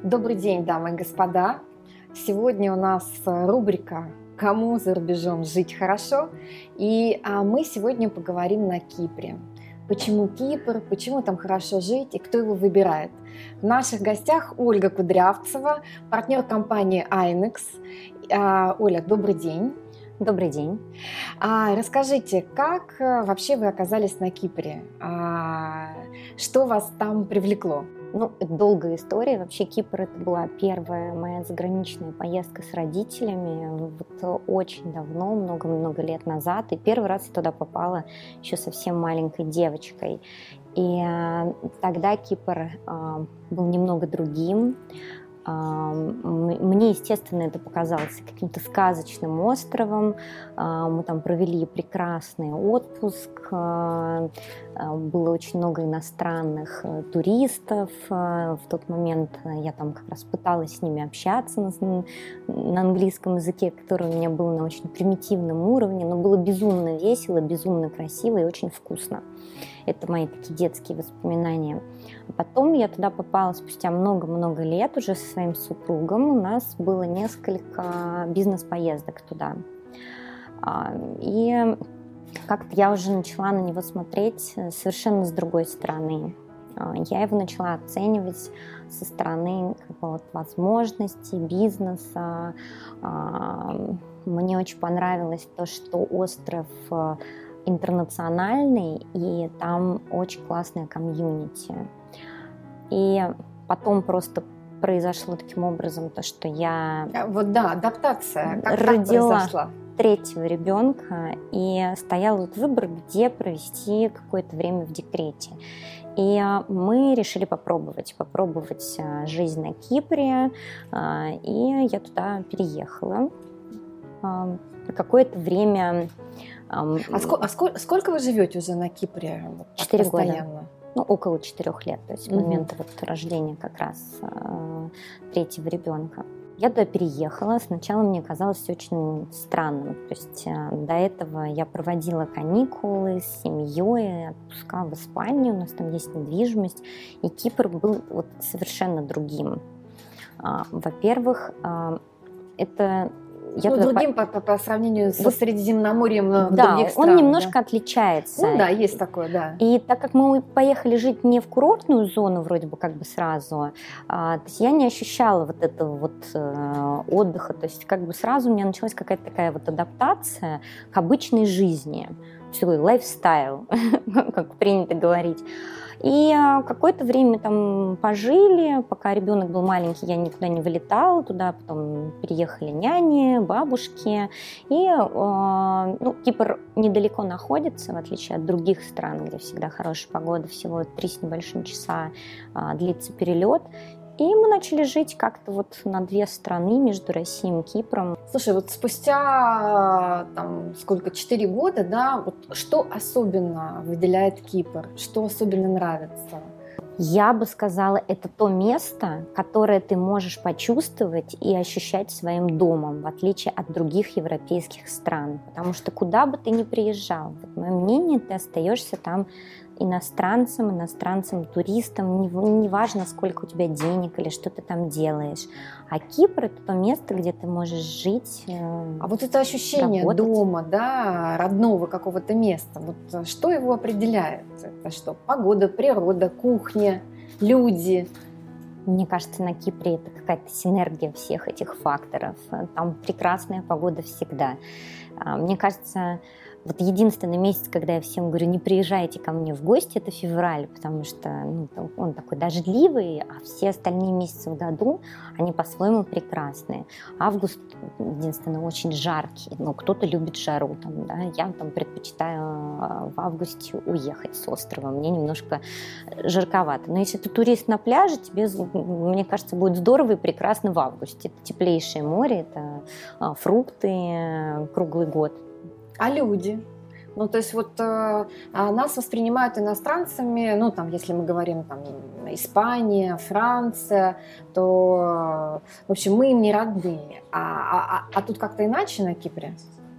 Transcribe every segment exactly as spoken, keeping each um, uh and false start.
Добрый день, дамы и господа. Сегодня у нас рубрика «Кому за рубежом жить хорошо?» И а, мы сегодня поговорим на Кипре. Почему Кипр, почему там хорошо жить и кто его выбирает. В наших гостях Ольга Кудрявцева, партнер компании Айнекс. А, Оля, добрый день. Добрый день. А, расскажите, как вообще вы оказались на Кипре? А, что вас там привлекло? Ну, это долгая история. Вообще Кипр — это была первая моя заграничная поездка с родителями вот очень давно, много-много лет назад. И первый раз я туда попала еще совсем маленькой девочкой. И э, тогда Кипр э, был немного другим. Мне, естественно, это показалось каким-то сказочным островом. Мы там провели прекрасный отпуск. Было очень много иностранных туристов. В тот момент я там как раз пыталась с ними общаться на, на английском языке, который у меня был на очень примитивном уровне, но было безумно весело, безумно красиво и очень вкусно. Это мои такие детские воспоминания. А потом я туда попала спустя много-много лет уже со своим супругом. У нас было несколько бизнес-поездок туда. И как-то я уже начала на него смотреть совершенно с другой стороны. Я его начала оценивать со стороны как бы, вот, возможностей бизнеса. Мне очень понравилось то, что остров интернациональный, и там очень классная комьюнити. И потом просто произошло таким образом то, что я вот да, адаптация. Как родила третьего ребенка, и стоял вот выбор, где провести какое-то время в декрете. И мы решили попробовать, попробовать жизнь на Кипре, и я туда переехала. Какое-то время... А, сколько, а сколько, сколько вы живете уже на Кипре? Четыре года. Ну, около четырех лет, то есть с угу. момента вот рождения как раз э, третьего ребенка. Я туда переехала. Сначала мне казалось все очень странным. То есть э, до этого я проводила каникулы с семьей, отпуска в Испанию, у нас там есть недвижимость. И Кипр был вот совершенно другим. Э, во-первых, э, это... Я ну, другим по... По, по сравнению со Средиземноморьем в да, других странах. Он немножко да? отличается. Ну да, есть такое, да. И так как мы поехали жить не в курортную зону вроде бы как бы сразу, а, то есть я не ощущала вот этого вот э, отдыха. То есть как бы сразу у меня началась какая-то такая вот адаптация к обычной жизни. Такой лайфстайл, как принято говорить. И какое-то время там пожили, пока ребенок был маленький, я никуда не вылетала туда, потом переехали няни, бабушки. И ну, Кипр недалеко находится, в отличие от других стран, где всегда хорошая погода, всего три с небольшим часа длится перелет. И мы начали жить как-то вот на две страны между Россией и Кипром. Слушай, вот спустя там сколько, четыре года, да, вот что особенно выделяет Кипр, что особенно нравится? Я бы сказала, это то место, которое ты можешь почувствовать и ощущать своим домом, в отличие от других европейских стран. Потому что куда бы ты ни приезжал, вот, мое мнение, ты остаешься там иностранцем, иностранцем, туристом, неважно, сколько у тебя денег или что ты там делаешь. А Кипр — это то место, где ты можешь жить, А вот это ощущение работать. Дома, да, родного какого-то места, вот что его определяет? Это что? Погода, природа, кухня, люди? Мне кажется, на Кипре это какая-то синергия всех этих факторов. Там прекрасная погода всегда. Мне кажется, вот единственный месяц, когда я всем говорю, не приезжайте ко мне в гости, это февраль, потому что ну, он такой дождливый, а все остальные месяцы в году, они по-своему прекрасные. Август, единственное, очень жаркий, но кто-то любит жару, там, да? Я там предпочитаю в августе уехать с острова, мне немножко жарковато. Но если ты турист на пляже, тебе, мне кажется, будет здорово и прекрасно в августе. Это теплейшее море, это фрукты круглый год. А люди? Ну, то есть вот э, нас воспринимают иностранцами, ну, там, если мы говорим, там, Испания, Франция, то, в общем, мы им не родные. А, а, а тут как-то иначе на Кипре?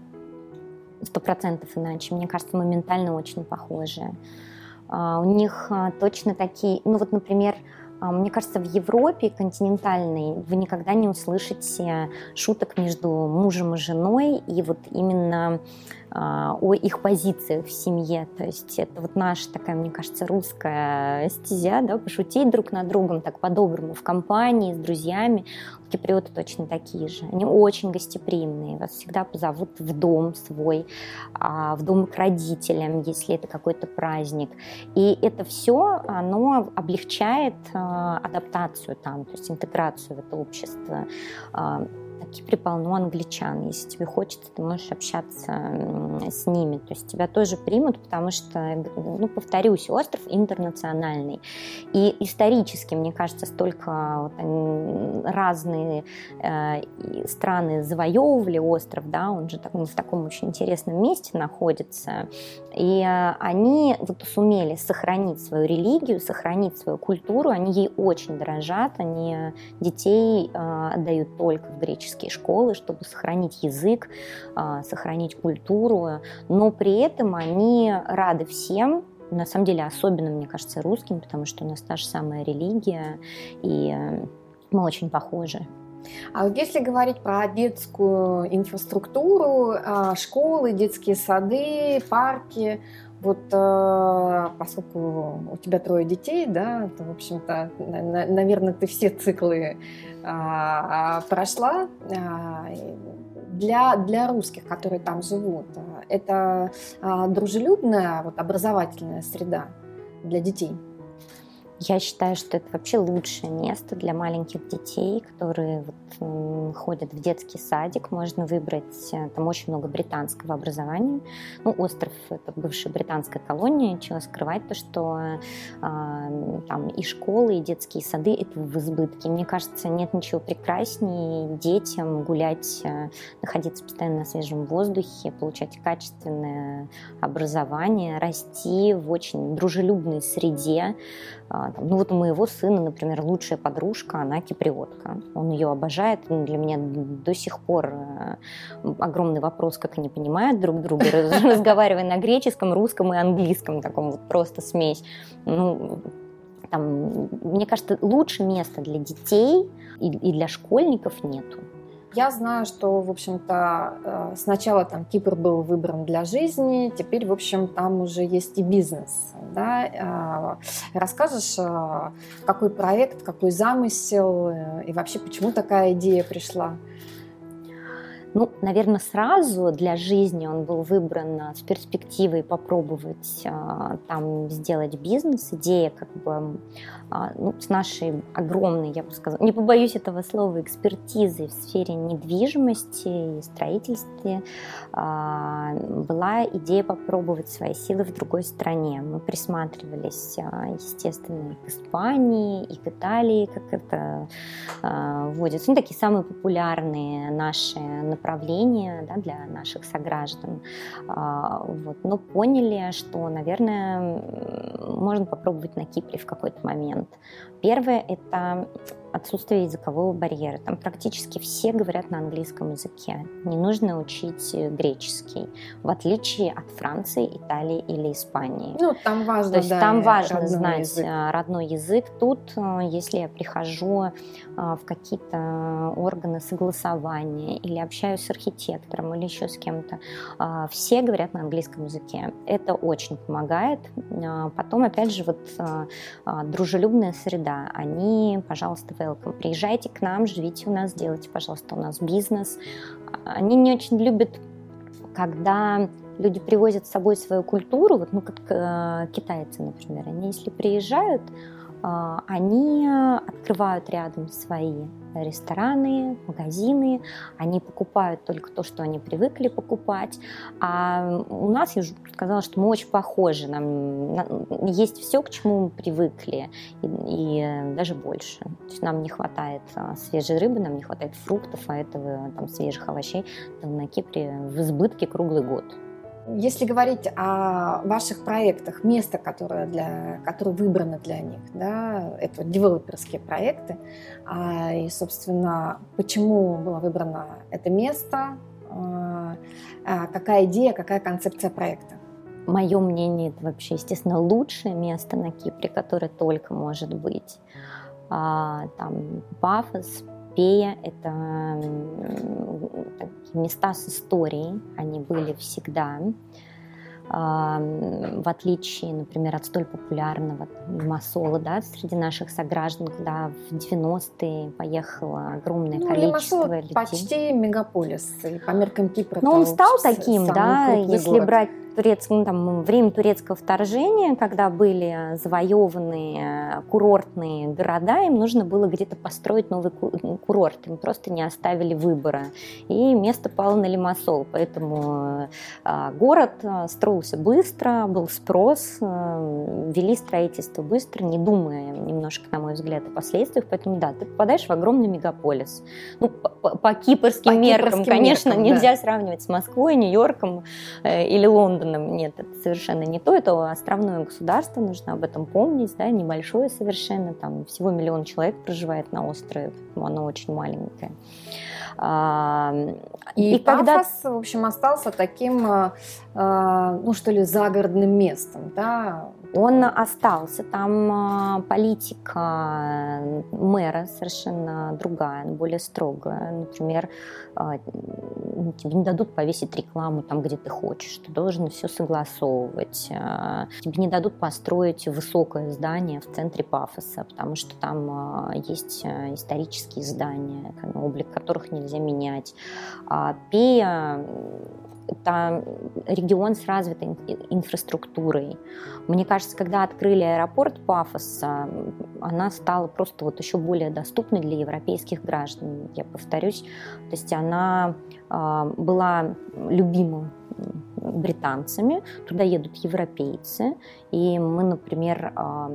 Сто процентов иначе. Мне кажется, моментально очень похожие. У них точно такие, ну вот, например, Мне кажется, в Европе континентальной вы никогда не услышите шуток между мужем и женой и вот именно о их позициях в семье. То есть это вот наша такая, мне кажется, русская стезя, да, пошутить друг над другом так по-доброму в компании, с друзьями. Киприоты точно такие же. Они очень гостеприимные. Вас всегда позовут в дом свой, в дом к родителям, если это какой-то праздник. И это все, оно облегчает адаптацию там, то есть интеграцию в это общество. На Кипре полно англичан. Если тебе хочется, ты можешь общаться с ними. То есть тебя тоже примут, потому что, ну, повторюсь, остров интернациональный. И исторически, мне кажется, столько вот, разные э, страны завоевывали остров, да, он же так, в таком очень интересном месте находится. И э, они вот сумели сохранить свою религию, сохранить свою культуру. Они ей очень дорожат. Они детей э, отдают только в греческие школы, чтобы сохранить язык, сохранить культуру, но при этом они рады всем, на самом деле особенно, мне кажется, русским, потому что у нас та же самая религия, и мы очень похожи. А вот если говорить про детскую инфраструктуру, школы, детские сады, парки, вот поскольку у тебя трое детей, да, то, в общем-то, наверное, ты все циклы прошла. Для, для русских, которые там живут, это дружелюбная, вот, образовательная среда для детей? Я считаю, что это вообще лучшее место для маленьких детей, которые вот, ходят в детский садик. Можно выбрать, там очень много британского образования. Ну, остров — это бывшая британская колония. Чего скрывать то, что э, там и школы, и детские сады — это в избытке. Мне кажется, нет ничего прекраснее детям гулять, находиться постоянно на свежем воздухе, получать качественное образование, расти в очень дружелюбной среде. Ну вот у моего сына, например, лучшая подружка, она киприотка. Он ее обожает. Для меня до сих пор огромный вопрос, как они понимают друг друга, разговаривая на греческом, русском и английском, таком вот просто смесь. Ну, там, мне кажется, лучше места для детей и для школьников нету. Я знаю, что, в общем-то, сначала там Кипр был выбран для жизни, теперь, в общем, там уже есть и бизнес. Да? Расскажешь, какой проект, какой замысел и вообще почему такая идея пришла? Ну, наверное, сразу для жизни он был выбран с перспективой попробовать а, там сделать бизнес. Идея как бы а, ну, с нашей огромной, я бы сказала, не побоюсь этого слова, экспертизой в сфере недвижимости и строительства а, была идея попробовать свои силы в другой стране. Мы присматривались, а, естественно, к Испании и к Италии, как это а, вводится. Ну, такие самые популярные наши направления, да, для наших сограждан. А, вот. Но поняли, что, наверное, можно попробовать на Кипре в какой-то момент. Первое – это отсутствие языкового барьера. Там практически все говорят на английском языке. Не нужно учить греческий, в отличие от Франции, Италии или Испании. Ну, там важно, То есть да, там важно родной знать язык. родной язык. Тут, если я прихожу в какие-то органы согласования или общаюсь с архитектором или еще с кем-то, все говорят на английском языке. Это очень помогает. Потом, опять же, вот дружелюбная среда. Они, пожалуйста, welcome. Приезжайте к нам, живите у нас, делайте, пожалуйста, у нас бизнес. Они не очень любят, когда люди привозят с собой свою культуру, вот, ну, как э, китайцы, например. Они, если приезжают, э, они открывают рядом свои рестораны, магазины, они покупают только то, что они привыкли покупать. А у нас, я уже сказала, что мы очень похожи. Нам есть все, к чему мы привыкли, и, и даже больше. То есть нам не хватает свежей рыбы, нам не хватает фруктов, а этого там, свежих овощей там, на Кипре в избытке круглый год. Если говорить о ваших проектах, место, которое, для, которое выбрано для них, да, это девелоперские проекты, а, и, собственно, почему было выбрано это место, а, а, какая идея, какая концепция проекта? Мое мнение, это вообще, естественно, лучшее место на Кипре, которое только может быть. там Пафос, Пея – это места с историей, они были всегда. В отличие, например, от столь популярного Лимассола, да, среди наших сограждан, когда в девяностые поехало огромное ну, количество Лимассол людей. Почти мегаполис, и по меркам Кипра. Но он стал таким, да, если город. брать турецк, ну, там, время турецкого вторжения, когда были завоеваны курортные города, им нужно было где-то построить новый курорт, им просто не оставили выбора. И место пало на Лимассол, поэтому а, город строился быстро, был спрос, а, вели строительство быстро, не думая немножко, на мой взгляд, о последствиях, поэтому да, ты попадаешь в огромный мегаполис. Ну, по, по кипрским по меркам, кипрским конечно, меркам, нельзя да. сравнивать с Москвой, Нью-Йорком э, или Лондоном. Нет, это совершенно не то, это островное государство, нужно об этом помнить, да, небольшое совершенно, там всего миллион человек проживает на острове, оно очень маленькое. И, и Пафос, когда... в общем, остался таким, ну что ли, загородным местом, да? Он остался, там политика мэра совершенно другая, более строгая. Например, тебе не дадут повесить рекламу там, где ты хочешь, ты должен все согласовывать. Тебе не дадут построить высокое здание в центре Пафоса, потому что там есть исторические здания, облик которых нельзя менять. Пея это регион с развитой инфраструктурой. Мне кажется, когда открыли аэропорт Пафоса, она стала просто вот еще более доступной для европейских граждан. Я повторюсь, то есть она э, была любима британцами, туда едут европейцы, и мы, например,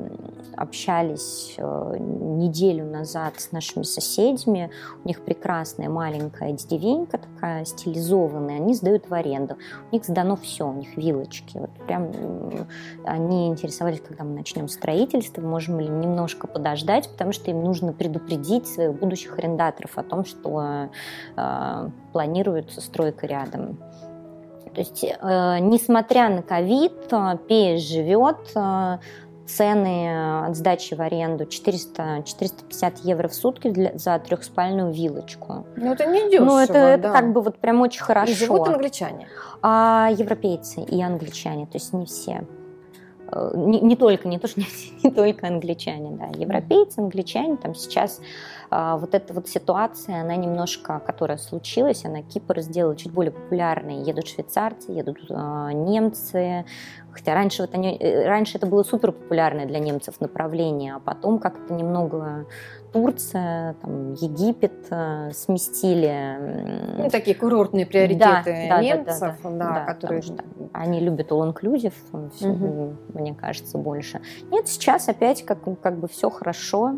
общались неделю назад с нашими соседями, у них прекрасная маленькая деревенька такая стилизованная, они сдают в аренду, у них сдано все, у них вилочки, вот прям они интересовались, когда мы начнем строительство, можем ли немножко подождать, потому что им нужно предупредить своих будущих арендаторов о том, что э, планируется стройка рядом. То есть, э, несмотря на ковид, Пея живет, э, цены от сдачи в аренду четыреста - четыреста пятьдесят евро в сутки для, за трехспальную виллочку. Ну, это не дешево, Ну, это, да. это как бы вот прям очень хорошо. И живут англичане? А, европейцы и англичане, то есть не все. Не, не только, не то, что не, не только англичане, да, европейцы, англичане, там сейчас а, вот эта вот ситуация, она немножко, которая случилась, она Кипр сделала чуть более популярной, едут швейцарцы, едут а, немцы, хотя раньше, вот они, раньше это было супер популярное для немцев направление, а потом как-то немного Турция, там, Египет э, сместили. Ну, такие курортные приоритеты да, немцев, да, да, да, да, да, которые... Они любят all-inclusive, угу. Мне кажется, больше. Нет, сейчас опять как, как бы все хорошо.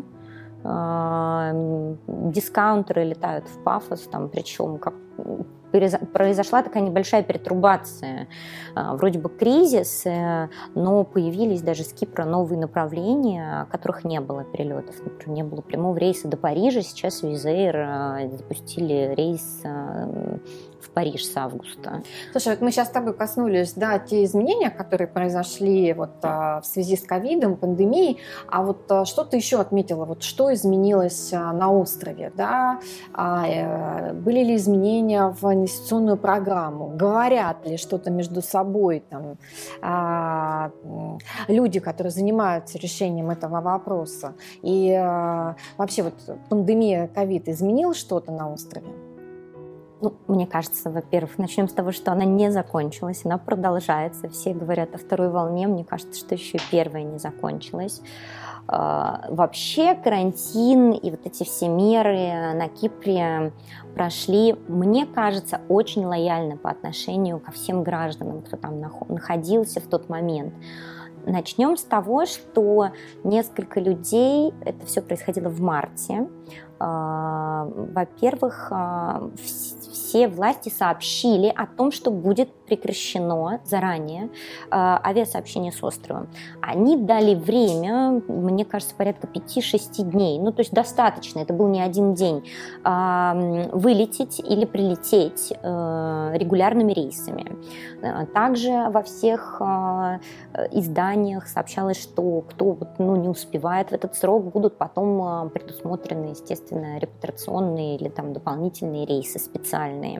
Дискаунтеры летают в Пафос, там, причем как произошла такая небольшая перетрубация, вроде бы кризис, но появились даже с Кипра новые направления, которых не было перелетов. Например, не было прямого рейса до Парижа, сейчас Wizz Air запустили рейс в Париж с августа. Слушай, вот мы сейчас с тобой коснулись, да, те изменения, которые произошли вот, а, в связи с ковидом, пандемией, а вот а, что ты еще отметила, вот что изменилось а, на острове, да, а, э, были ли изменения в инвестиционную программу, говорят ли что-то между собой там, а, люди, которые занимаются решением этого вопроса, и а, вообще вот пандемия ковид изменила что-то на острове? Ну, мне кажется, во-первых, начнем с того, что она не закончилась, она продолжается. Все говорят о второй волне, мне кажется, что еще и первая не закончилась. Вообще карантин и вот эти все меры на Кипре прошли, мне кажется, очень лояльно по отношению ко всем гражданам, кто там находился в тот момент. Начнем с того, что несколько людей, это все происходило в марте. Во-первых, все власти сообщили о том, что будет прекращено заранее авиасообщение с островом. Они дали время, мне кажется, порядка пяти-шести дней, ну то есть достаточно, это был не один день, вылететь или прилететь регулярными рейсами. Также во всех изданиях сообщалось, что кто ну, не успевает в этот срок, будут потом предусмотрены, естественно, репатриационные или там дополнительные рейсы специальные.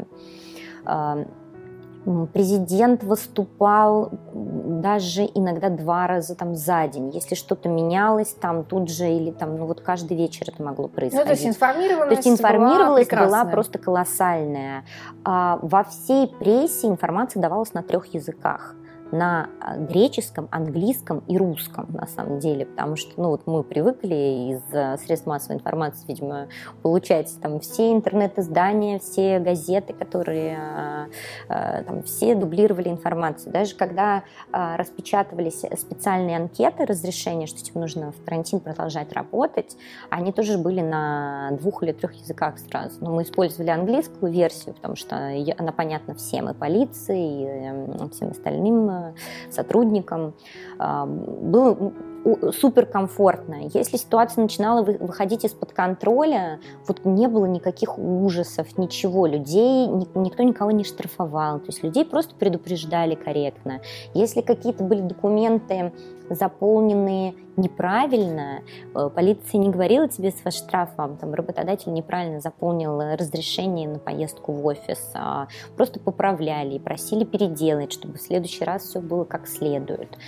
Президент выступал даже иногда два раза там за день. Если что-то менялось, там тут же или там, ну вот каждый вечер это могло происходить. Ну, то есть информированность, то есть информированность была, была просто колоссальная. А во всей прессе информация давалась на трех языках. На греческом, английском и русском, на самом деле, потому что, ну, вот мы привыкли из средств массовой информации, видимо, получать там все интернет-издания, все газеты, которые там все дублировали информацию. Даже когда распечатывались специальные анкеты разрешения, что типа нужно в карантин продолжать работать, они тоже были на двух или трех языках сразу. Но мы использовали английскую версию, потому что она понятна всем, и полиции, и всем остальным сотрудникам. Было суперкомфортно. Если ситуация начинала выходить из-под контроля, вот не было никаких ужасов, ничего. Людей, никто никого не штрафовал. То есть людей просто предупреждали корректно. Если какие-то были документы заполненные неправильно, полиция не говорила тебе с штрафом, там, работодатель неправильно заполнил разрешение на поездку в офис, а просто поправляли и просили переделать, чтобы в следующий раз все было как следует.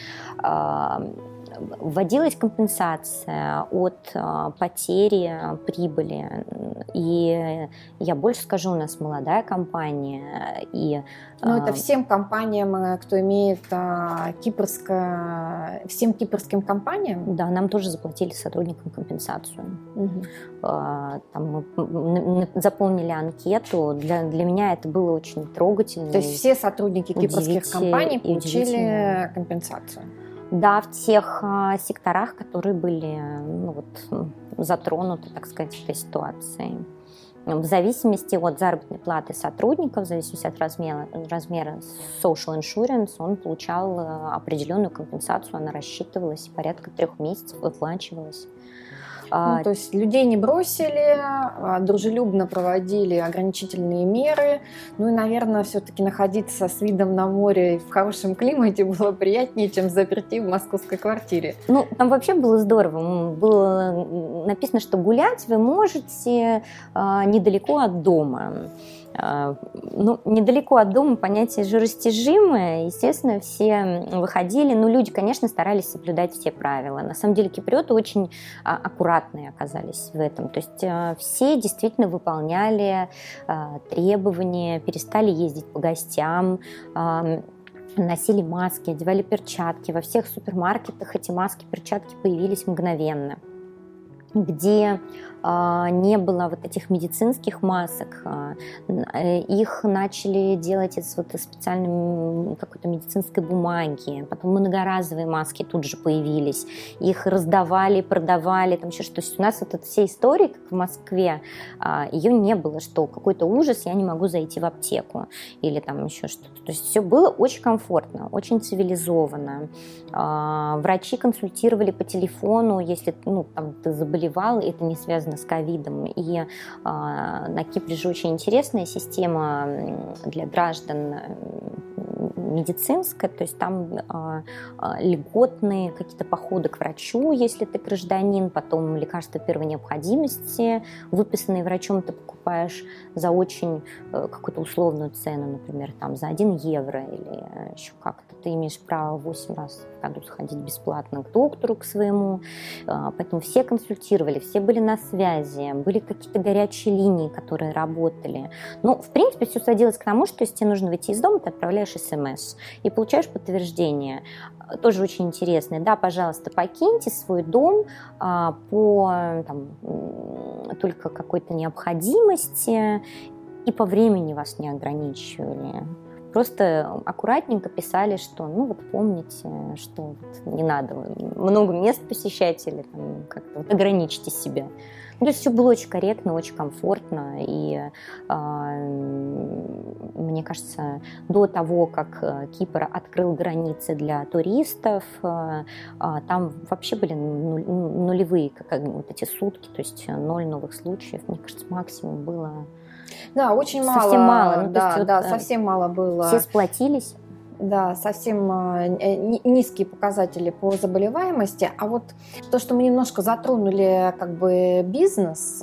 Вводилась компенсация от потери прибыли. И я больше скажу, у нас молодая компания. И, ну, это всем компаниям, кто имеет кипрское... Всем кипрским компаниям? Да, нам тоже заплатили сотрудникам компенсацию. Угу. Там мы заполнили анкету. Для, для меня это было очень трогательно. То есть все сотрудники кипрских компаний получили компенсацию? Да, в тех а, секторах, которые были ну, вот, затронуты, так сказать, этой ситуацией. В зависимости от заработной платы сотрудников, в зависимости от размера, размера social insurance, он получал определенную компенсацию, она рассчитывалась, порядка трех месяцев выплачивалась. Ну, то есть людей не бросили, дружелюбно проводили ограничительные меры. Ну и, наверное, все-таки находиться с видом на море в хорошем климате было приятнее, чем заперти в московской квартире. Ну, там вообще было здорово. Было написано, что гулять вы можете недалеко от дома. Ну, недалеко от дома понятие же растяжимое. Естественно, все выходили. Но люди, конечно, старались соблюдать все правила. На самом деле киприоты очень аккуратные оказались в этом. То есть все действительно выполняли требования, перестали ездить по гостям, носили маски, одевали перчатки. Во всех супермаркетах эти маски, перчатки появились мгновенно. Где а, не было вот этих медицинских масок, а, их начали делать из вот специальной какой-то медицинской бумаги, потом многоразовые маски тут же появились, их раздавали, продавали, там еще что-то. У нас вот эта вся история, как в Москве, а, ее не было, что какой-то ужас, я не могу зайти в аптеку или там еще что-то. То есть все было очень комфортно, очень цивилизованно. А, врачи консультировали по телефону, если ну, там, ты заболевал, это не связано с ковидом. И а, на Кипре же очень интересная система для граждан медицинская, то есть там а, а, льготные какие-то походы к врачу, если ты гражданин, потом лекарства первой необходимости, выписанные врачом, ты покупаешь за очень а, какую-то условную цену, например, там за один евро или еще как-то. Ты имеешь право восемь раз в году сходить бесплатно к доктору, к своему, а, поэтому все консультировали, все были на связи, были какие-то горячие линии, которые работали. Ну, в принципе, все сводилось к тому, что если тебе нужно выйти из дома, ты отправляешь смс и получаешь подтверждение. Тоже очень интересное. Да, пожалуйста, покиньте свой дом а, по там, только какой-то необходимости, и по времени вас не ограничивали. просто аккуратненько писали, что, ну вот помните, что вот не надо много мест посещать или там, как-то вот ограничьте себя. Ну, то есть все было очень корректно, очень комфортно, и э, мне кажется, до того, как Кипр открыл границы для туристов, э, там вообще были нулевые как, вот эти сутки, то есть ноль новых случаев, мне кажется, максимум было... Да, очень мало. Совсем мало. Ну, да, есть, да, вот, совсем мало было. Все сплотились. Да, совсем низкие показатели по заболеваемости. А вот то, что мы немножко затронули как бы бизнес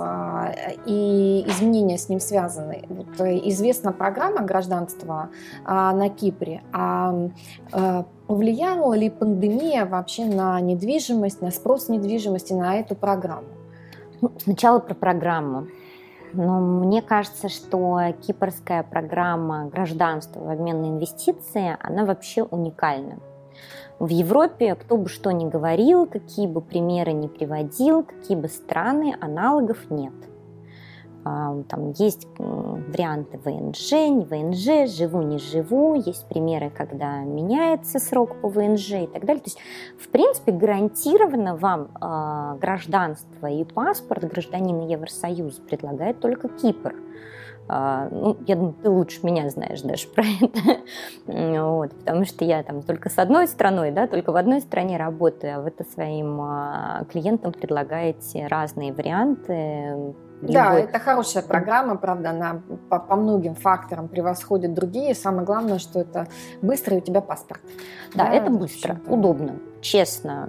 и изменения с ним связаны. Вот известна программа гражданства на Кипре. А повлияла ли пандемия вообще на недвижимость, на спрос недвижимости, на эту программу? Ну, сначала про программу. Но мне кажется, что кипрская программа гражданства в обмен на инвестиции, она вообще уникальна. В Европе, кто бы что ни говорил, какие бы примеры ни приводил, какие бы страны, аналогов нет. Там есть варианты ВНЖ, не ВНЖ, живу, не живу, есть примеры, когда меняется срок по ВНЖ и так далее. То есть, в принципе, гарантированно вам э, гражданство и паспорт гражданина Евросоюза предлагает только Кипр. Uh, ну, я думаю, ты лучше меня знаешь даже про это, вот, потому что я там только с одной страной, да, только в одной стране работаю, а вы-то своим uh, клиентам предлагаете разные варианты. Да, любой... это хорошая программа, правда, она по, по многим факторам превосходит другие. Самое главное, что это быстро, и у тебя паспорт. Да, да это быстро, удобно. Честно,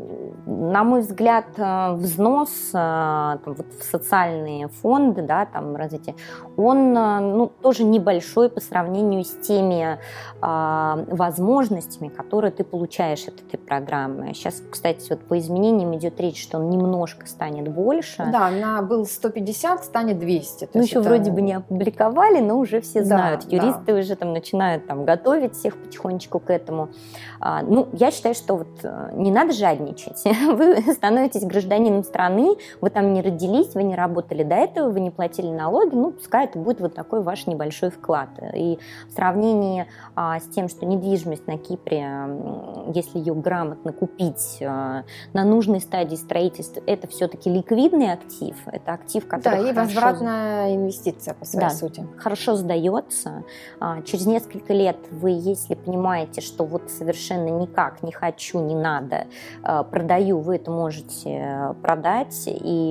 на мой взгляд, взнос там, вот в социальные фонды, да, там развитие, он ну, тоже небольшой по сравнению с теми э, возможностями, которые ты получаешь от этой программы. Сейчас, кстати, вот по изменениям идет речь, что он немножко станет больше. Да, она был сто пятьдесят, станет двести. Ну, еще это... вроде бы не опубликовали, но уже все знают. Да, Юристы да. уже там начинают там, готовить всех потихонечку к этому. А, ну, я считаю, что вот не надо жадничать. Вы становитесь гражданином страны, вы там не родились, вы не работали до этого, вы не платили налоги, ну, пускай это будет вот такой ваш небольшой вклад. И в сравнении а, с тем, что недвижимость на Кипре, если ее грамотно купить а, на нужной стадии строительства, это все-таки ликвидный актив, это актив, который... Да, и хорошо... возвратная инвестиция по своей да, сути. Хорошо сдается. А, через несколько лет вы, если понимаете, что вот совершенно никак не хочу, не надо, продаю, вы это можете продать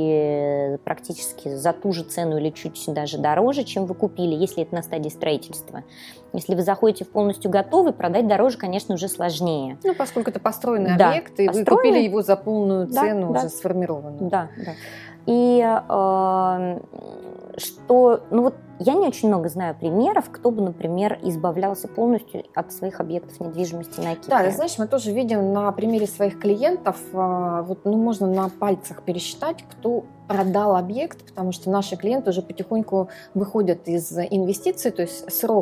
и практически за ту же цену или чуть даже дороже, чем вы купили, если это на стадии строительства. Если вы заходите в полностью готовый, продать дороже, конечно, уже сложнее. Ну, поскольку это построенный да, объект, и построенный. Вы купили его за полную цену, да, уже да. сформированную. Да, да. И э, что, ну вот я не очень много знаю примеров, кто бы, например, избавлялся полностью от своих объектов недвижимости на Кипре. Да, ты знаешь, мы тоже видим на примере своих клиентов, вот, ну, можно на пальцах пересчитать, кто продал объект, потому что наши клиенты уже потихоньку выходят из инвестиций, то есть срок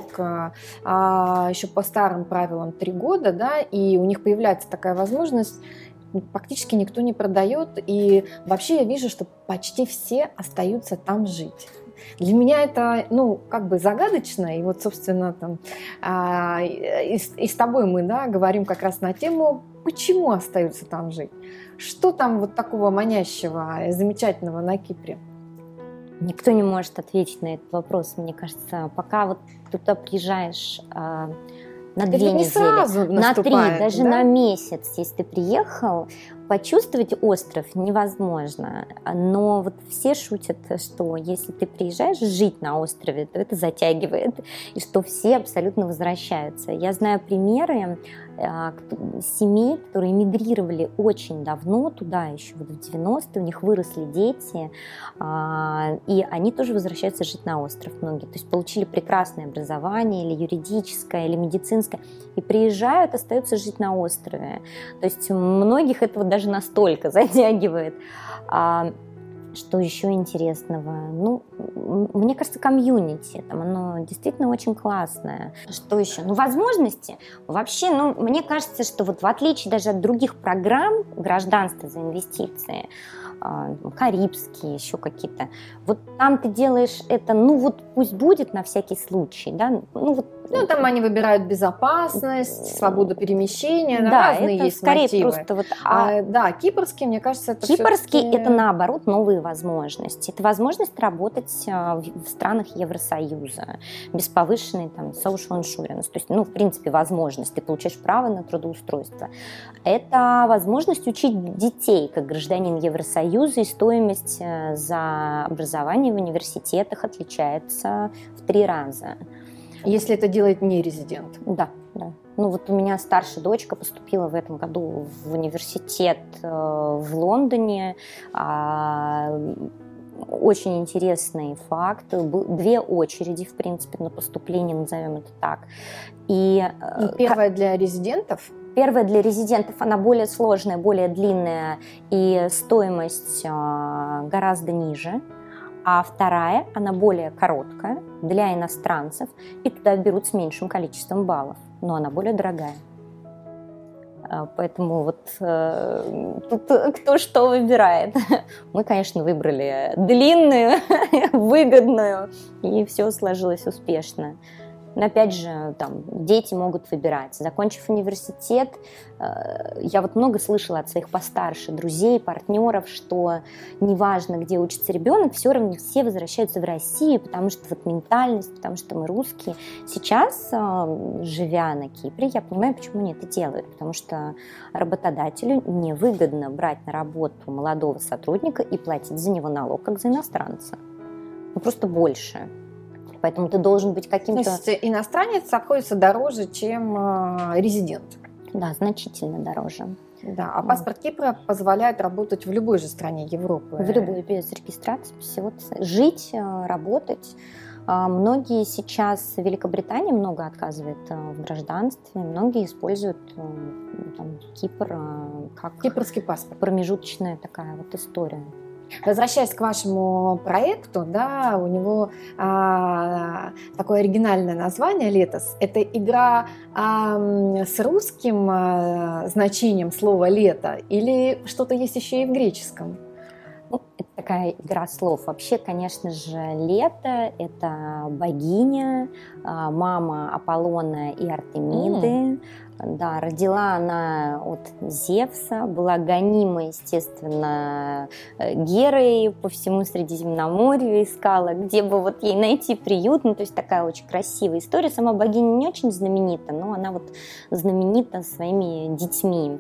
а, еще по старым правилам три года, да, и у них появляется такая возможность. Практически никто не продает, и вообще я вижу, что почти все остаются там жить. Для меня это, ну, как бы загадочно, и вот, собственно, там, а, и, и с тобой мы, да, говорим как раз на тему, почему остаются там жить, что там вот такого манящего, замечательного на Кипре. Никто не может ответить на этот вопрос, мне кажется, пока вот ты туда приезжаешь а, на это две не недели, сразу на три, даже да? на месяц, если ты приехал, почувствовать остров невозможно, но вот все шутят, что если ты приезжаешь жить на острове, то это затягивает, и что все абсолютно возвращаются. Я знаю примеры э, семей, которые эмигрировали очень давно туда, еще вот в девяностые, у них выросли дети, э, и они тоже возвращаются жить на остров, многие. То есть получили прекрасное образование, или юридическое, или медицинское, и приезжают, остаются жить на острове. То есть многих этого даже даже настолько затягивает. А, что еще интересного? Ну, мне кажется, комьюнити, там оно действительно очень классное. Что еще? Ну, возможности. Вообще, ну, мне кажется, что вот в отличие даже от других программ гражданства за инвестиции, карибские, еще какие-то. Вот там ты делаешь это, ну вот пусть будет на всякий случай, да, ну вот Ну, там они выбирают безопасность, свободу перемещения, да, разные это есть скорее мотивы. просто вот... А, да, кипрский, мне кажется, это Кипрский все-таки... это, наоборот, новые возможности. Это возможность работать в странах Евросоюза без повышенной там social insurance. То есть, ну, в принципе, возможность. Ты получаешь право на трудоустройство. Это возможность учить детей как гражданин Евросоюза, и стоимость за образование в университетах отличается в три раза. Если это делает не резидент. Да, да. Ну вот у меня старшая дочка поступила в этом году в университет в Лондоне. Очень интересный факт. Две очереди, в принципе, на поступление, назовем это так. И, И первая для резидентов? Первая для резидентов, она более сложная, более длинная, и стоимость гораздо ниже. А вторая, она более короткая, для иностранцев, и туда берут с меньшим количеством баллов, но она более дорогая. Поэтому вот тут кто что выбирает. Мы, конечно, выбрали длинную, выгодную, и все сложилось успешно. Но опять же, там, дети могут выбирать. Закончив университет, я вот много слышала от своих постарше друзей, партнеров, что неважно, где учится ребенок, все равно все возвращаются в Россию, потому что вот ментальность, потому что мы русские. Сейчас, живя на Кипре, я понимаю, почему они это делают. Потому что работодателю невыгодно брать на работу молодого сотрудника и платить за него налог, как за иностранца. Ну, просто больше. Поэтому ты должен быть каким-то... То есть иностранец обходится дороже, чем э, резидент? Да, значительно дороже. Да, а паспорт Кипра позволяет работать в любой же стране Европы? В любой, без регистрации, всего. Жить, работать. Многие сейчас, в Великобритании много отказывает в гражданстве, многие используют там, Кипр как... Кипрский паспорт. Промежуточная такая вот история. Возвращаясь к вашему проекту, да, у него а, такое оригинальное название «Летос». Это игра а, с русским а, значением слова «лето» или что-то есть еще и в греческом? Ну, это такая игра слов. Вообще, конечно же, Лето – это богиня, мама Аполлона и Артемиды. Mm. Да, родила она от Зевса, была гонима, естественно, Герой по всему Средиземноморью, искала, где бы вот ей найти приют. Ну, то есть такая очень красивая история. Сама богиня не очень знаменита, но она вот знаменита своими детьми.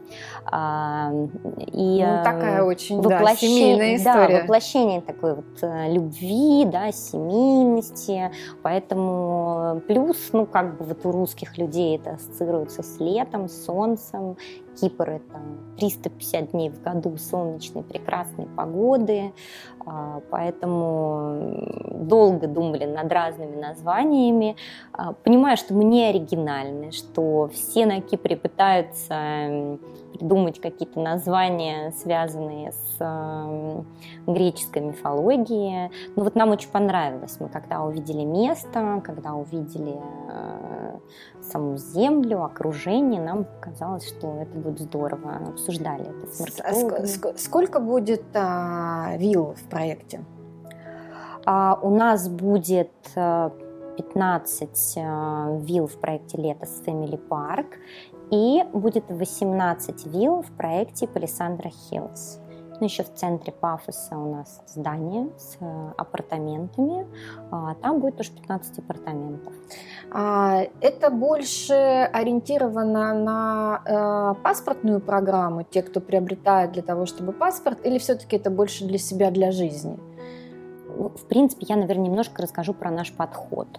И ну, такая очень воплощение, да, семейная история. Да, воплощение такой вот любви, да, семейности. Поэтому плюс, ну, как бы вот у русских людей это ассоциируется с летом, солнцем. Кипр – это триста пятьдесят дней в году солнечной, прекрасной погоды. Поэтому долго думали над разными названиями. Понимаю, что мы не оригинальны, что все на Кипре пытаются придумать какие-то названия, связанные с греческой мифологией. Но вот нам очень понравилось. Мы когда увидели место, когда увидели саму землю, окружение, нам показалось, что это будет здорово. Обсуждали это с маркетологами. Сколько будет а, вилл в проекте? А, у нас будет пятнадцать а, вилл в проекте «Летос Family Park» и будет восемнадцать вилл в проекте «Палисандра Хиллз». Ну, еще в центре Пафоса у нас здание с апартаментами. Там будет тоже пятнадцать апартаментов. Это больше ориентировано на паспортную программу, те, кто приобретает для того, чтобы паспорт, или все-таки это больше для себя, для жизни? В принципе, я, наверное, немножко расскажу про наш подход.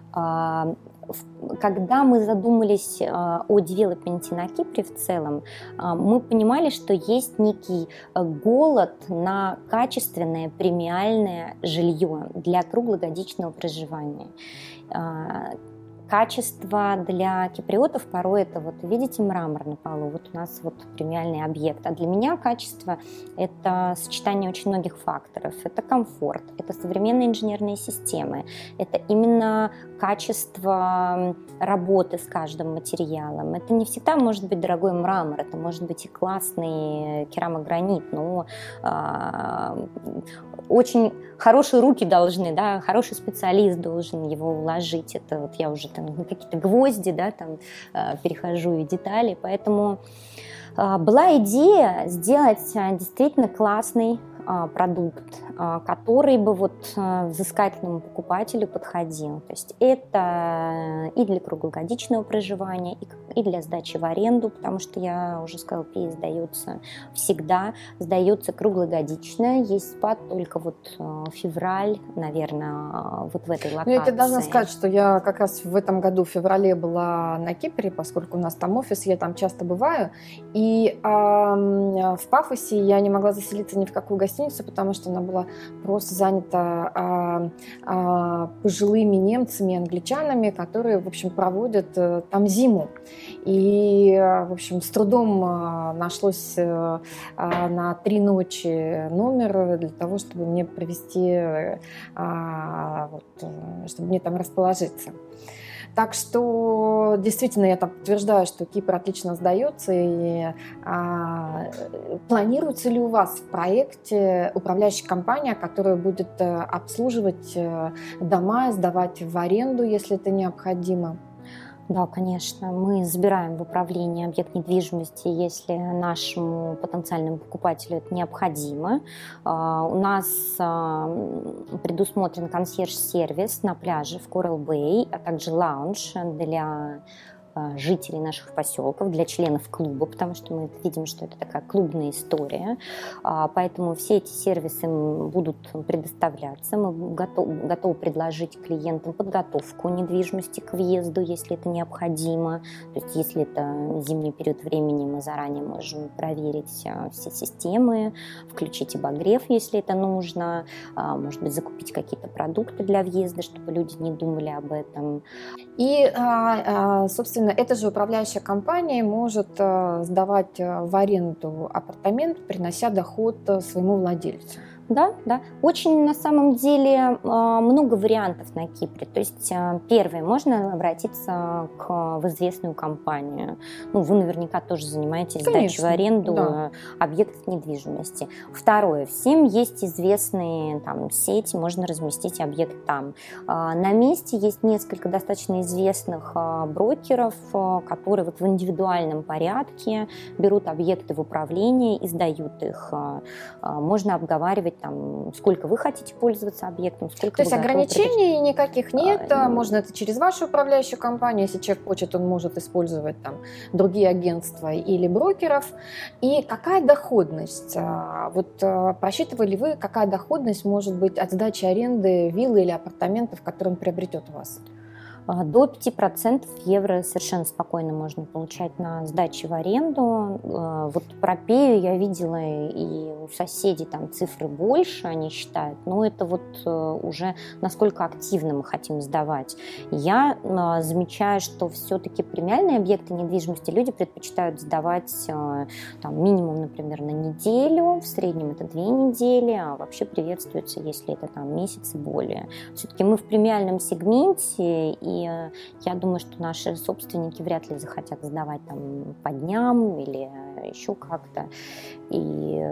Когда мы задумались о девелопменте на Кипре в целом, мы понимали, что есть некий голод на качественное премиальное жилье для круглогодичного проживания. Качество для киприотов порой это вот, видите, мрамор на полу, вот у нас вот премиальный объект. А для меня качество – это сочетание очень многих факторов. Это комфорт, это современные инженерные системы, это именно качество работы с каждым материалом. Это не всегда может быть дорогой мрамор, это может быть и классный керамогранит, но э, очень хорошие руки должны, да, хороший специалист должен его уложить. Это вот я уже там, на какие-то гвозди, да, там, перехожу и детали. Поэтому была идея сделать действительно классный продукт, который бы вот взыскательному покупателю подходил. То есть это и для круглогодичного проживания, и для сдачи в аренду, потому что я уже сказала, пи сдается всегда, сдается круглогодично. Есть спад только вот февраль, наверное, вот в этой локации. Ну, я тебе должна сказать, что я как раз в этом году в феврале была на Кипре, поскольку у нас там офис, я там часто бываю, и э, в Пафосе я не могла заселиться ни в какую гостиницу, потому что она была просто занята а, а, пожилыми немцами, англичанами, которые, в общем, проводят а, там зиму. И, в общем, с трудом а, нашлось а, на три ночи номер для того, чтобы мне провести, а, вот, чтобы мне там расположиться. Так что действительно я там подтверждаю, что Кипр отлично сдается. И а, планируется ли у вас в проекте управляющая компания, которая будет обслуживать дома, сдавать в аренду, если это необходимо? Да, конечно. Мы забираем в управление объект недвижимости, если нашему потенциальному покупателю это необходимо. У нас предусмотрен консьерж-сервис на пляже в Коралл-Бэй, а также лаунж для жителей наших поселков, для членов клуба, потому что мы видим, что это такая клубная история. Поэтому все эти сервисы будут предоставляться. Мы готовы, готовы предложить клиентам подготовку недвижимости к въезду, если это необходимо. То есть если это зимний период времени, мы заранее можем проверить все системы, включить обогрев, если это нужно, может быть, закупить какие-то продукты для въезда, чтобы люди не думали об этом. И, собственно, эта же управляющая компания может сдавать в аренду апартамент, принося доход своему владельцу. Да, да. Очень на самом деле много вариантов на Кипре. То есть первое, можно обратиться к, в известную компанию. Ну, вы наверняка тоже занимаетесь сдачей в аренду да. объектов недвижимости. Второе, всем есть известные там сети, можно разместить объект там. На месте есть несколько достаточно известных брокеров, которые вот в индивидуальном порядке берут объекты в управление и сдают их. Можно обговаривать там, сколько вы хотите пользоваться объектом, сколько То есть ограничений пред... никаких нет, а, можно это через вашу управляющую компанию, если человек хочет, он может использовать там другие агентства или брокеров. И какая доходность? Вот просчитывали вы, какая доходность может быть от сдачи аренды виллы или апартаментов, которые он приобретет у вас? До пяти процентов евро совершенно спокойно можно получать на сдаче в аренду. Вот про Пею я видела и у соседей там цифры больше, они считают, но это вот уже насколько активно мы хотим сдавать. Я замечаю, что все-таки премиальные объекты недвижимости люди предпочитают сдавать там, минимум, например, на неделю, в среднем это две недели, а вообще приветствуется, если это там месяц и более. Все-таки мы в премиальном сегменте, и я думаю, что наши собственники вряд ли захотят сдавать там по дням или еще как-то. И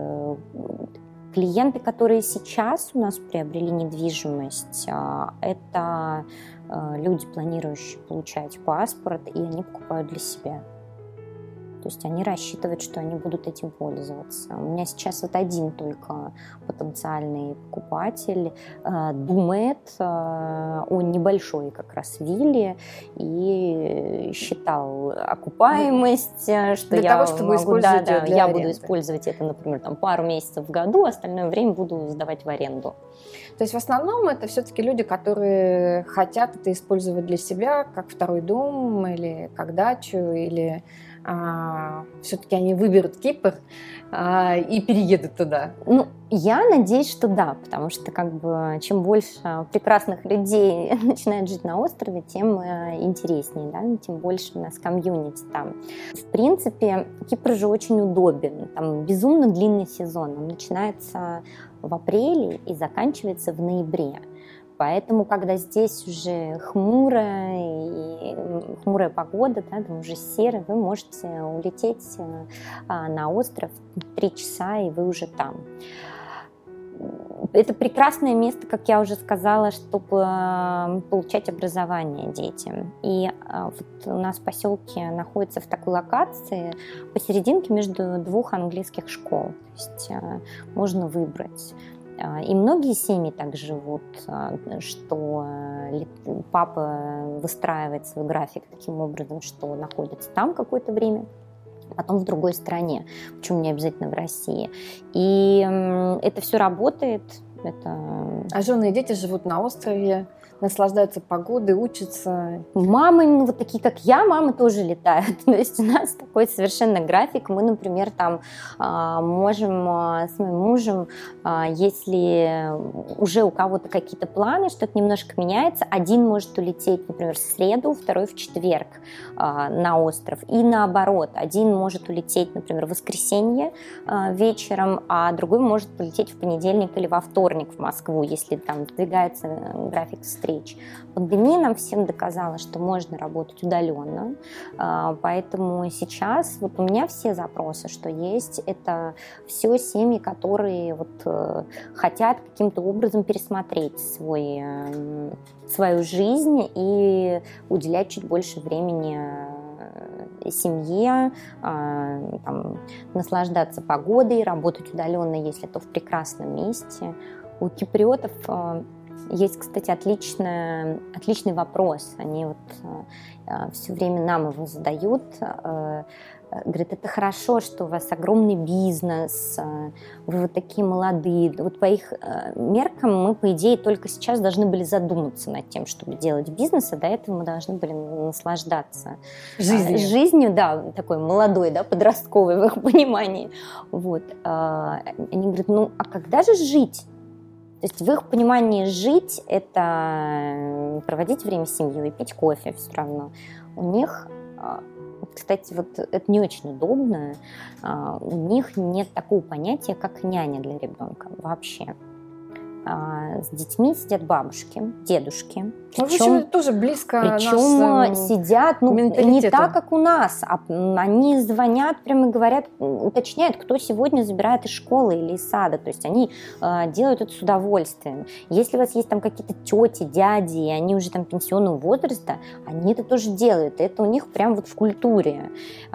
клиенты, которые сейчас у нас приобрели недвижимость, это люди, планирующие получать паспорт, и они покупают для себя. То есть они рассчитывают, что они будут этим пользоваться. У меня сейчас вот один только потенциальный покупатель э, думает э, о небольшой как раз вилле и считал окупаемость, что для я того, чтобы могу, да, да, для я аренды. буду использовать это, например, там, пару месяцев в году, остальное время буду сдавать в аренду. То есть в основном это все-таки люди, которые хотят это использовать для себя, как второй дом или как дачу, или а, все-таки они выберут Кипр а, и переедут туда. Ну, я надеюсь, что да, потому что как бы чем больше прекрасных людей начинает жить на острове, тем интереснее, да, тем больше у нас комьюнити там. В принципе, Кипр же очень удобен, там безумно длинный сезон, он начинается в апреле и заканчивается в ноябре. Поэтому, когда здесь уже хмурая, и хмурая погода, да, там уже серо, вы можете улететь на остров три часа, и вы уже там. это прекрасное место, как я уже сказала, чтобы получать образование детям. И вот у нас в поселке находится в такой локации посерединке между двух английских школ. То есть можно выбрать. И многие семьи так живут, что папа выстраивает свой график таким образом, что находится там какое-то время, потом в другой стране, почему не обязательно в России. И это все работает. Это... А жены и дети живут на острове, наслаждаются погодой, учатся. Мамы, ну, вот такие, как я, мамы тоже летают. То есть у нас такой совершенно график. Мы, например, там можем с моим мужем, если уже у кого-то какие-то планы, что-то немножко меняется, один может улететь, например, в среду, второй в четверг на остров. И наоборот, один может улететь, например, в воскресенье вечером, а другой может полететь в понедельник или во вторник в Москву, если там сдвигается график встреч. Пандемия нам всем доказала, что можно работать удаленно, поэтому сейчас вот у меня все запросы, что есть, это все семьи, которые вот хотят каким-то образом пересмотреть свой, свою жизнь и уделять чуть больше времени семье, там, наслаждаться погодой, работать удаленно, если то в прекрасном месте. У киприотов есть, кстати, отличный, отличный вопрос. Они вот э, все время нам его задают. Э, говорят, это хорошо, что у вас огромный бизнес, э, вы вот такие молодые. Вот по их э, меркам мы, по идее, только сейчас должны были задуматься над тем, чтобы делать бизнес, а до этого мы должны были наслаждаться жизнью, жизнью, да, такой молодой, да, подростковой в их понимании. Вот. Э, они говорят, ну, а когда же жить? То есть в их понимании жить – это проводить время с семьей, пить кофе все равно. У них, кстати, вот это не очень удобно, у них нет такого понятия, как няня для ребенка вообще. С детьми сидят бабушки, дедушки. Причем, ну, тоже близко причем нашим сидят ну, не так, как у нас. А они звонят, прямо говорят, уточняют, кто сегодня забирает из школы или из сада. То есть они э, делают это с удовольствием. Если у вас есть там какие-то тети, дяди, и они уже там пенсионного возраста, они это тоже делают. Это у них прям вот в культуре.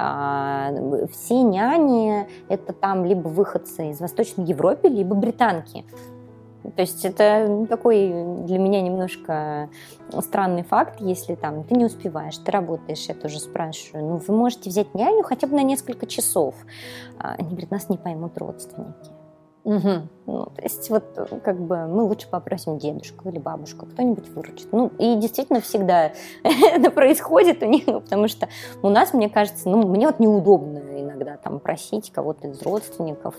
Э, все няни – это там либо выходцы из Восточной Европы, либо британки. То есть это такой для меня немножко странный факт, если там ты не успеваешь, ты работаешь, я тоже спрашиваю, ну вы можете взять няню хотя бы на несколько часов. Они говорят, нас не поймут родственники. Угу. Ну, то есть вот как бы мы лучше попросим дедушку или бабушку, кто-нибудь выручит. Ну и действительно всегда это происходит у них, потому что у нас, мне кажется, ну мне вот неудобно иногда там просить кого-то из родственников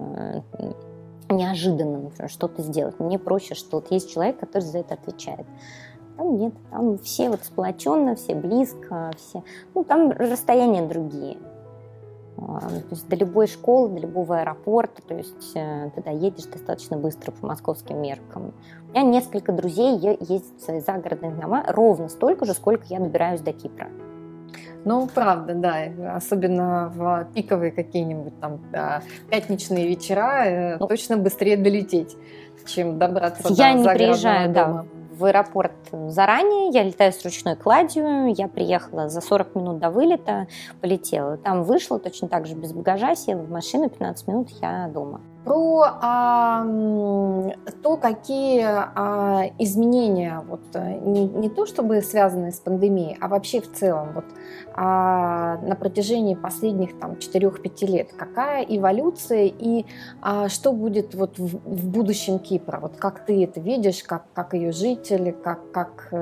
неожиданно, например, что-то сделать. Мне проще, что вот есть человек, который за это отвечает. Там нет, там все вот сплоченно, все близко, все, ну там расстояния другие. То есть до любой школы, до любого аэропорта, то есть ты доедешь достаточно быстро по московским меркам. У меня несколько друзей ездят в свои загородные дома ровно столько же, сколько я добираюсь до Кипра. Ну, правда, да, особенно в пиковые какие-нибудь там пятничные вечера, ну, точно быстрее долететь, чем добраться до загородного дома. Я не приезжаю, да, в аэропорт заранее, я летаю с ручной кладью, я приехала за сорок минут до вылета, полетела, там вышла точно так же без багажа, села в машину, пятнадцать минут я дома. Про а, то, какие а, изменения, вот, не, не то чтобы связанные с пандемией, а вообще в целом, вот, а, на протяжении последних там, четырех-пяти лет, какая эволюция и а, что будет вот, в, в будущем Кипра? Вот, как ты это видишь, как, как ее жители, как, как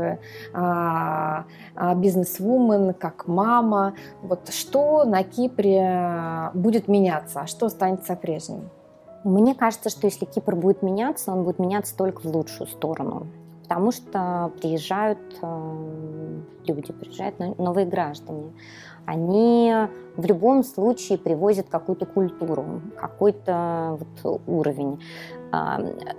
а, а, бизнес-вумен, как мама, вот, что на Кипре будет меняться, а что останется прежним? Мне кажется, что если Кипр будет меняться, он будет меняться только в лучшую сторону, потому что приезжают э, люди, приезжают новые граждане. Они в любом случае привозят какую-то культуру, какой-то вот уровень.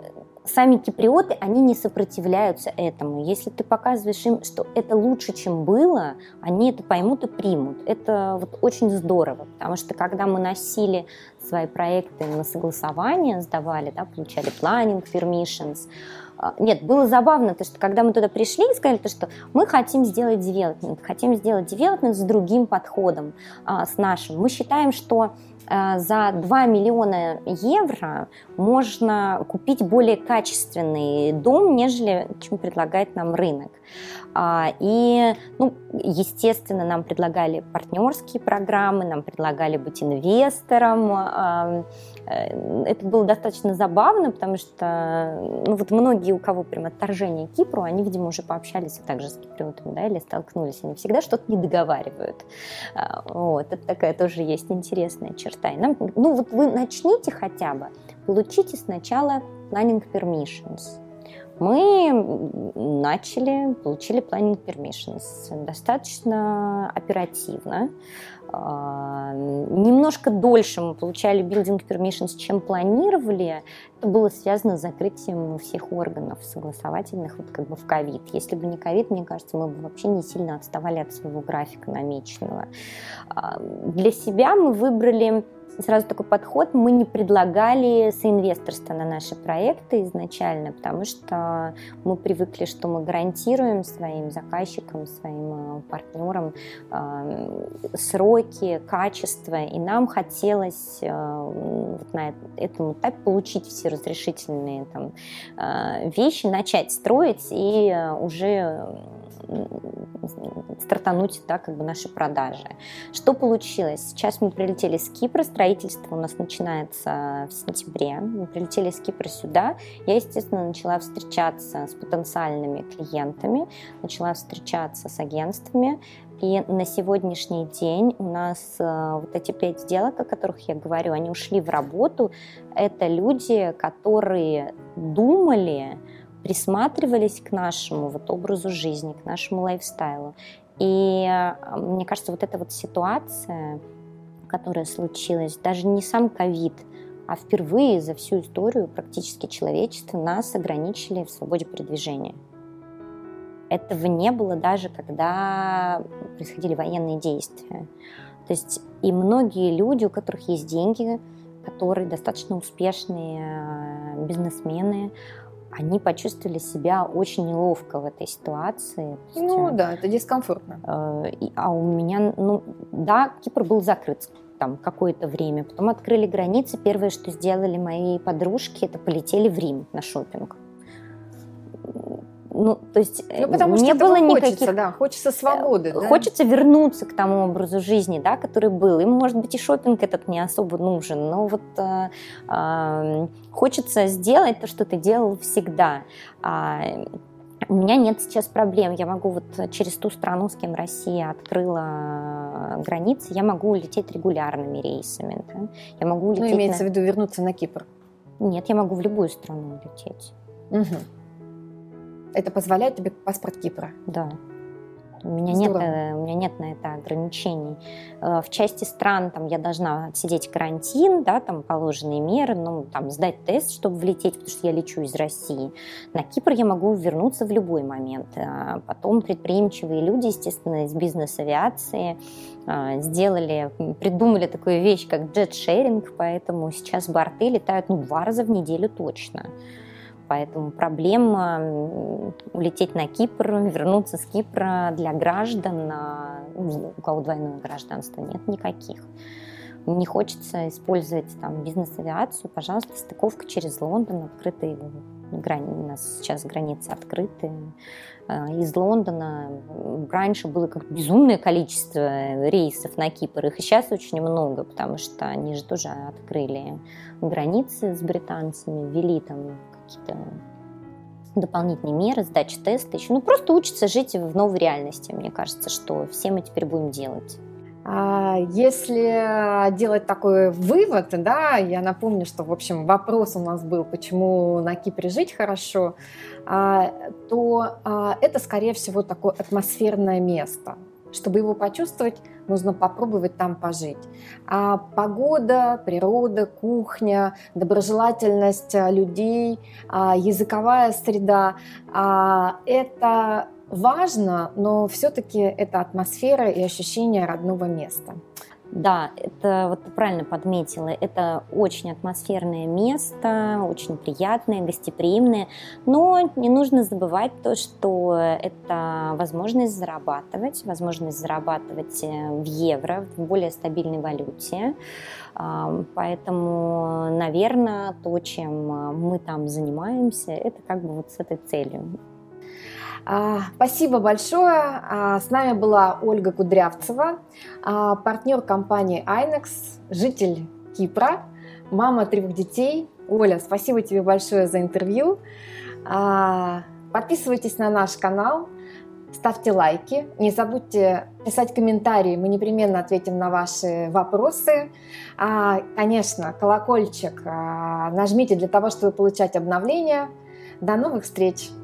сами киприоты, они не сопротивляются этому. Если ты показываешь им, что это лучше, чем было, они это поймут и примут. Это вот очень здорово, потому что когда мы носили свои проекты на согласование, сдавали, да, получали planning permissions, нет, было забавно, то, что когда мы туда пришли и сказали, то, что мы хотим сделать девелопмент, хотим сделать девелопмент с другим подходом, а, с нашим. Мы считаем, что а, за два миллиона евро можно купить более качественный дом, нежели чем предлагает нам рынок. А, и, ну, естественно, нам предлагали партнерские программы, нам предлагали быть инвестором. А, это было достаточно забавно, потому что, ну, вот многие, у кого прям отторжение к Кипру, они, видимо, уже пообщались также с киприотами, да, или столкнулись, они всегда что-то не договаривают. Вот, это такая тоже есть интересная черта. И нам, ну, вот вы начните хотя бы, получите сначала planning permissions. Мы начали, получили planning permissions достаточно оперативно. Немножко дольше мы получали building permissions, чем планировали. Это было связано с закрытием всех органов согласовательных вот как бы в ковид. Если бы не ковид, мне кажется, мы бы вообще не сильно отставали от своего графика намеченного. Для себя мы выбрали сразу такой подход. Мы не предлагали соинвесторство на наши проекты изначально, потому что мы привыкли, что мы гарантируем своим заказчикам, своим партнерам сроки, качество, и нам хотелось вот на этом этапе получить все разрешительные там вещи, начать строить и уже стартануть, да, как бы наши продажи. Что получилось? Сейчас мы прилетели с Кипра, строительство у нас начинается в сентябре. Мы прилетели с Кипра сюда. Я, естественно, начала встречаться с потенциальными клиентами, начала встречаться с агентствами. И на сегодняшний день у нас вот эти пять сделок, о которых я говорю, они ушли в работу. Это люди, которые думали, присматривались к нашему вот образу жизни, к нашему лайфстайлу. И мне кажется, вот эта вот ситуация, которая случилась, даже не сам ковид, а впервые за всю историю практически человечества нас ограничили в свободе передвижения. Этого не было даже, когда происходили военные действия. То есть и многие люди, у которых есть деньги, которые достаточно успешные бизнесмены, они почувствовали себя очень неловко в этой ситуации. Ну есть, да, это дискомфортно. Э, а у меня, ну да, Кипр был закрыт там какое-то время. Потом открыли границы. Первое, что сделали мои подружки, это полетели в Рим на шопинг. Ну, то есть ну, потому не что было хочется, никаких... да, хочется свободы. Да? Хочется вернуться к тому образу жизни, да, который был. Им, может быть, и шопинг этот не особо нужен, но вот э, э, хочется сделать то, что ты делал всегда. А, у меня нет сейчас проблем. Я могу вот через ту страну, с кем Россия открыла границы, я могу улететь регулярными рейсами. Да? Я могу улететь ну, имеется на... в виду вернуться на Кипр? Нет, я могу в любую страну улететь. Угу. Это позволяет тебе паспорт Кипра? Да. У меня, нет, у меня нет на это ограничений. В части стран там, я должна отсидеть карантин, да, там положенные меры, ну, там, сдать тест, чтобы влететь, потому что я лечу из России. На Кипр я могу вернуться в любой момент. Потом предприимчивые люди, естественно, из бизнес-авиации сделали, придумали такую вещь, как джет-шеринг, поэтому сейчас борты летают ну, два раза в неделю точно. Поэтому проблем улететь на Кипр, вернуться с Кипра для граждан, у кого двойное гражданство, нет никаких. Не хочется использовать там бизнес-авиацию, пожалуйста, стыковка через Лондон, открытые грани, у нас сейчас границы открыты. Из Лондона раньше было как безумное количество рейсов на Кипр, их и сейчас очень много, потому что они же тоже открыли границы с британцами, ввели там какие-то дополнительные меры, сдача теста, еще, ну просто учатся жить в новой реальности, мне кажется, что все мы теперь будем делать. Если делать такой вывод, да, я напомню, что, в общем, вопрос у нас был, почему на Кипре жить хорошо, то это, скорее всего, такое атмосферное место. чтобы его почувствовать, нужно попробовать там пожить. А погода, природа, кухня, доброжелательность людей, языковая среда – это важно, но все-таки это атмосфера и ощущение родного места. Да, это вот ты правильно подметила, это очень атмосферное место, очень приятное, гостеприимное, но не нужно забывать то, что это возможность зарабатывать, возможность зарабатывать в евро, в более стабильной валюте, поэтому, наверное, то, чем мы там занимаемся, это как бы вот с этой целью. Спасибо большое. С нами была Ольга Кудрявцева, партнер компании Айнекс, житель Кипра, мама трех детей. Оля, спасибо тебе большое за интервью. Подписывайтесь на наш канал, ставьте лайки, не забудьте писать комментарии, мы непременно ответим на ваши вопросы. Конечно, колокольчик нажмите для того, чтобы получать обновления. До новых встреч!